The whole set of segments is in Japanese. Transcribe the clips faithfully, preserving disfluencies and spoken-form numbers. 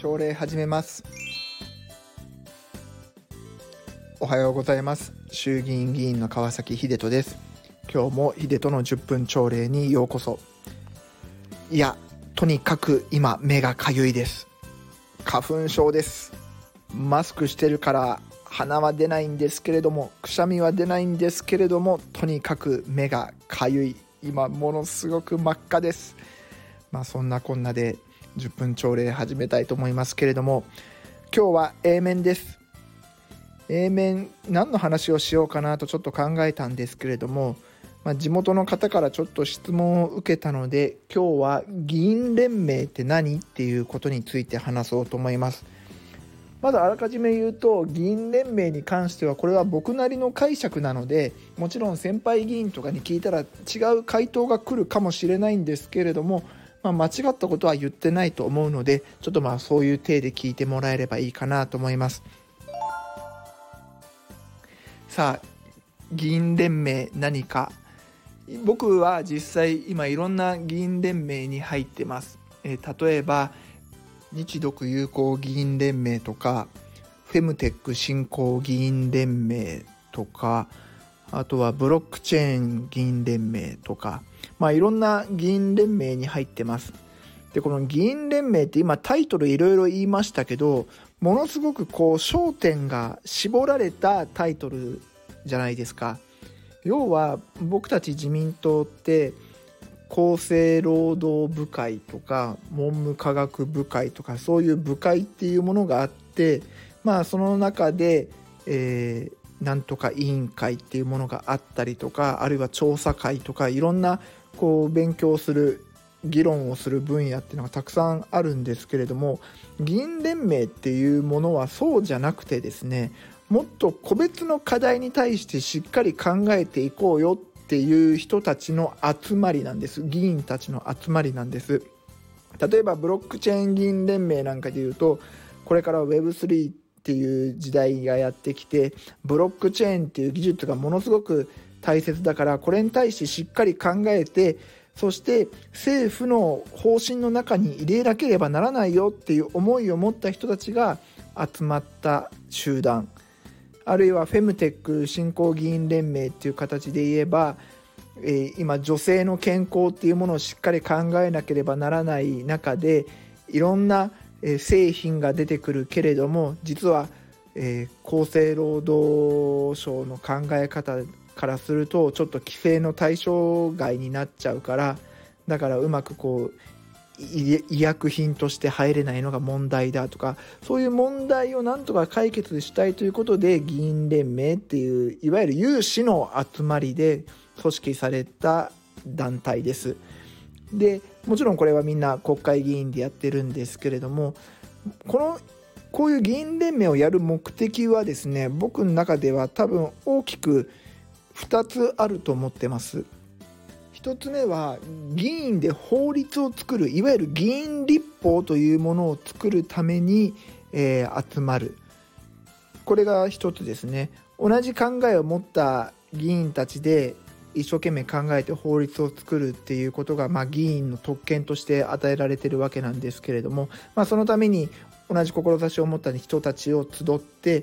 朝礼始めます。おはようございます。衆議院議員の川崎秀人です。今日も秀人のじゅっぷん朝礼にようこそ。いや、とにかく今目がかゆいです。花粉症です。マスクしてるから鼻は出ないんですけれども、くしゃみは出ないんですけれども、とにかく目がかゆい。今ものすごく真っ赤です。まあそんなこんなでじゅっぷん朝礼始めたいと思いますけれども、今日は A 面です。 A 面何の話をしようかなとちょっと考えたんですけれども、まあ、地元の方からちょっと質問を受けたので、今日は議員連盟って何っていうことについて話そうと思います。まだあらかじめ言うと、議員連盟に関してはこれは僕なりの解釈なので、もちろん先輩議員とかに聞いたら違う回答が来るかもしれないんですけれども、まあ、間違ったことは言ってないと思うので、ちょっとまあそういう体で聞いてもらえればいいかなと思います。さあ、議員連盟何か。僕は実際今いろんな議員連盟に入ってます。えー、例えば日独友好議員連盟とか、フェムテック振興議員連盟とか、あとはブロックチェーン議員連盟とか、まあいろんな議員連盟に入ってます。で、この議員連盟って今タイトルいろいろ言いましたけど、ものすごくこう焦点が絞られたタイトルじゃないですか。要は僕たち自民党って厚生労働部会とか文部科学部会とか、そういう部会っていうものがあって、まあその中で、えーなんとか委員会っていうものがあったりとか、あるいは調査会とか、いろんなこう勉強する議論をする分野っていうのがたくさんあるんですけれども、議員連盟っていうものはそうじゃなくてですね、もっと個別の課題に対してしっかり考えていこうよっていう人たちの集まりなんです。議員たちの集まりなんです。例えばブロックチェーン議員連盟なんかでいうと、これから ウェブスリー っていう時代がやってきて、ブロックチェーンっていう技術がものすごく大切だから、これに対してしっかり考えて、そして政府の方針の中に入れなければならないよっていう思いを持った人たちが集まった集団、あるいはフェムテック振興議員連盟っていう形で言えば、えー、今女性の健康っていうものをしっかり考えなければならない中で、いろんな製品が出てくるけれども、実は、えー、厚生労働省の考え方からするとちょっと規制の対象外になっちゃうから、だからうまくこう医薬品として入れないのが問題だとか、そういう問題をなんとか解決したいということで、議員連盟っていういわゆる有志の集まりで組織された団体です。で、もちろんこれはみんな国会議員でやってるんですけれども、このこういう議員連盟をやる目的はですね、僕の中では多分大きくふたつあると思ってます。ひとつめは議員で法律を作る、いわゆる議員立法というものを作るために、えー、集まる。これがひとつですね。同じ考えを持った議員たちで一生懸命考えて法律を作るっていうことが、まあ、議員の特権として与えられているわけなんですけれども、まあ、そのために同じ志を持った人たちを集って、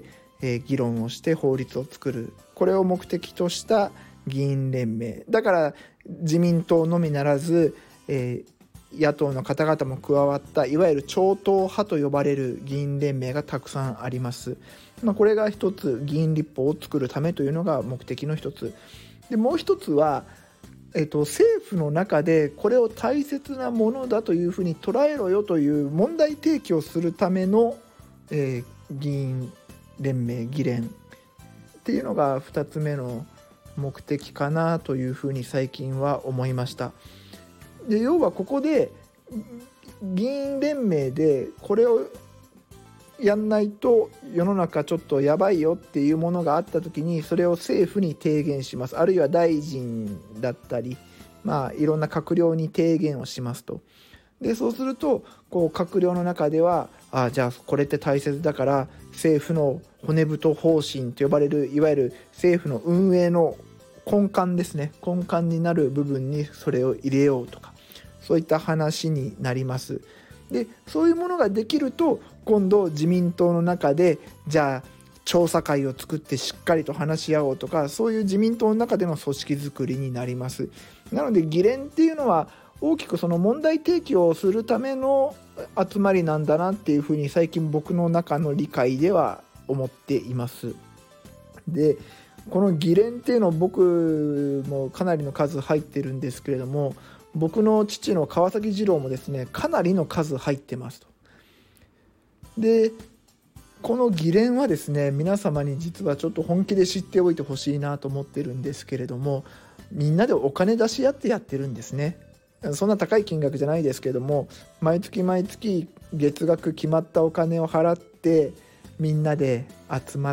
えー、議論をして法律を作る、これを目的とした議員連盟だから、自民党のみならず、えー、野党の方々も加わったいわゆる超党派と呼ばれる議員連盟がたくさんあります。まあ、これが一つ、議員立法を作るためというのが目的の一つで、もう一つは、えーと、政府の中でこれを大切なものだというふうに捉えろよという問題提起をするための、えー、議員連盟、議連っていうのがふたつめの目的かなというふうに最近は思いました。で、要はここで議員連盟でこれをやんないと世の中ちょっとやばいよっていうものがあった時に、それを政府に提言します。あるいは大臣だったり、まあいろんな閣僚に提言をしますと。で、そうするとこう閣僚の中では、あ、じゃあこれって大切だから政府の骨太方針と呼ばれる、いわゆる政府の運営の根幹ですね、根幹になる部分にそれを入れようとか、そういった話になります。 でそういうものができると今度自民党の中でじゃあ調査会を作ってしっかりと話し合おうとか、そういう自民党の中での組織づくりになります。なので議連っていうのは大きくその問題提起をするための集まりなんだなっていうふうに最近僕の中の理解では思っています。でこの議連っていうの僕もかなりの数入ってるんですけれども、僕の父の川崎次郎もですねかなりの数入ってますと。でこの議連はですね皆様に実はちょっと本気で知っておいてほしいなと思ってるんですけれども、みんなでお金出し合ってやってるんですね。そんな高い金額じゃないですけども、毎月毎月月額決まったお金を払ってみんなで集まって、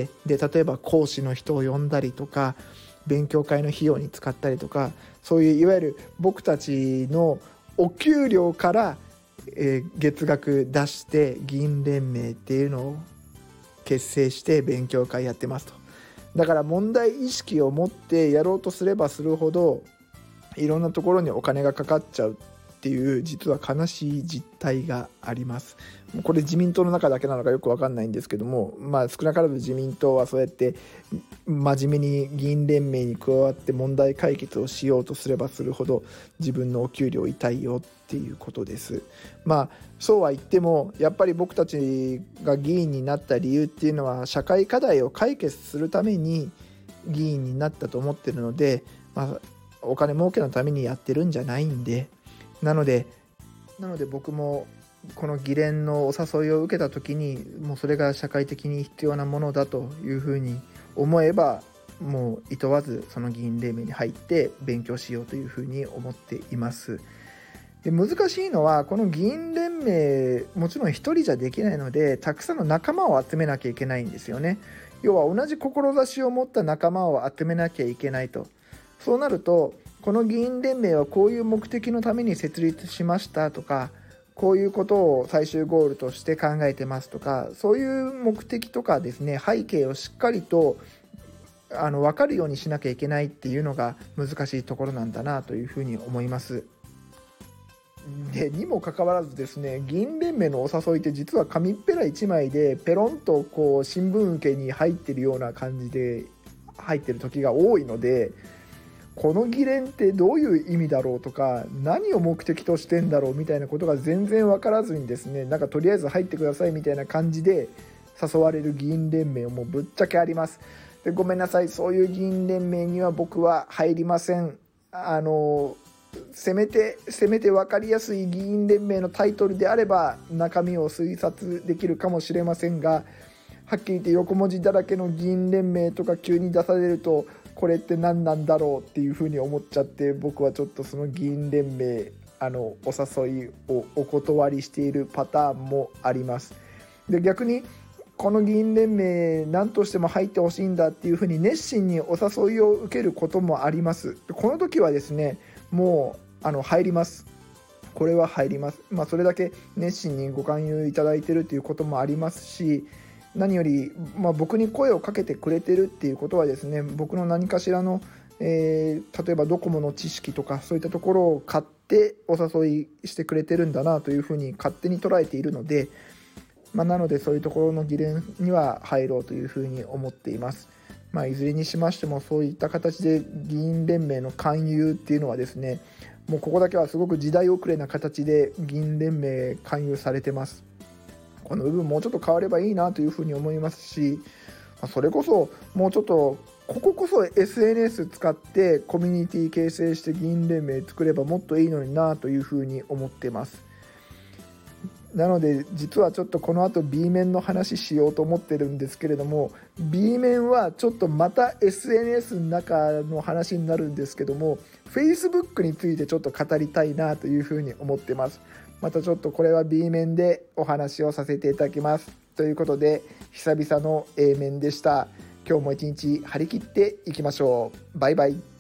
で例えば講師の人を呼んだりとか勉強会の費用に使ったりとか、そういういわゆる僕たちのお給料から、えー、月額出して議員連盟っていうのを結成して勉強会やってますと。だから問題意識を持ってやろうとすればするほどいろんなところにお金がかかっちゃうっていう実は悲しい実態があります。これ自民党の中だけなのかよく分かんないんですけども、まあ少なからず自民党はそうやって真面目に議員連盟に加わって問題解決をしようとすればするほど自分のお給料痛いよっていうことです。まあそうは言ってもやっぱり僕たちが議員になった理由っていうのは社会課題を解決するために議員になったと思ってるので、まあお金儲けのためにやってるんじゃないんで、なのでなので僕もこの議連のお誘いを受けた時にもうそれが社会的に必要なものだというふうに思えば、もういとわずその議員連盟に入って勉強しようというふうに思っています。で難しいのはこの議員連盟もちろん一人じゃできないので、たくさんの仲間を集めなきゃいけないんですよね。要は同じ志を持った仲間を集めなきゃいけないと。そうなるとこの議員連盟はこういう目的のために設立しましたとか、こういうことを最終ゴールとして考えてますとか、そういう目的とかですね背景をしっかりとあの分かるようにしなきゃいけないっていうのが難しいところなんだなというふうに思います。でにもかかわらずですね、議員連盟のお誘いって実は紙っぺらいちまいでペロンとこう新聞受けに入ってるような感じで入ってる時が多いので、この議連ってどういう意味だろうとか何を目的としてんだろうみたいなことが全然分からずにですね、なんかとりあえず入ってくださいみたいな感じで誘われる議員連盟もぶっちゃけあります。でごめんなさい、そういう議員連盟には僕は入りません。あのせめてせめて分かりやすい議員連盟のタイトルであれば中身を推察できるかもしれませんが、はっきり言って横文字だらけの議員連盟とか急に出されるとこれって何なんだろうっていうふうに思っちゃって、僕はちょっとその議員連盟あのお誘いをお断りしているパターンもあります。で逆にこの議員連盟何としても入ってほしいんだっていうふうに熱心にお誘いを受けることもあります。この時はですねもうあの入ります。これは入ります。まあそれだけ熱心にご勧誘いただいているということもありますし、何より、まあ、僕に声をかけてくれてるっていうことはですね、僕の何かしらの、えー、例えばドコモの知識とかそういったところを買ってお誘いしてくれてるんだなというふうに勝手に捉えているので、まあ、なのでそういうところの議連には入ろうというふうに思っています。まあ、いずれにしましてもそういった形で議員連盟の勧誘っていうのはですね、もうここだけはすごく時代遅れな形で議員連盟勧誘されてます。この部分もうちょっと変わればいいなというふうに思いますし、それこそもうちょっとこここそ エスエヌエス 使ってコミュニティ形成して議員連盟作ればもっといいのになというふうに思ってます。なので実はちょっとこの後 B 面の話しようと思ってるんですけれども、 B 面はちょっとまた エスエヌエス の中の話になるんですけども、 Facebook についてちょっと語りたいなというふうに思ってます。またちょっとこれは B 面でお話をさせていただきます。ということで久々の A 面でした。今日も一日張り切っていきましょう。バイバイ。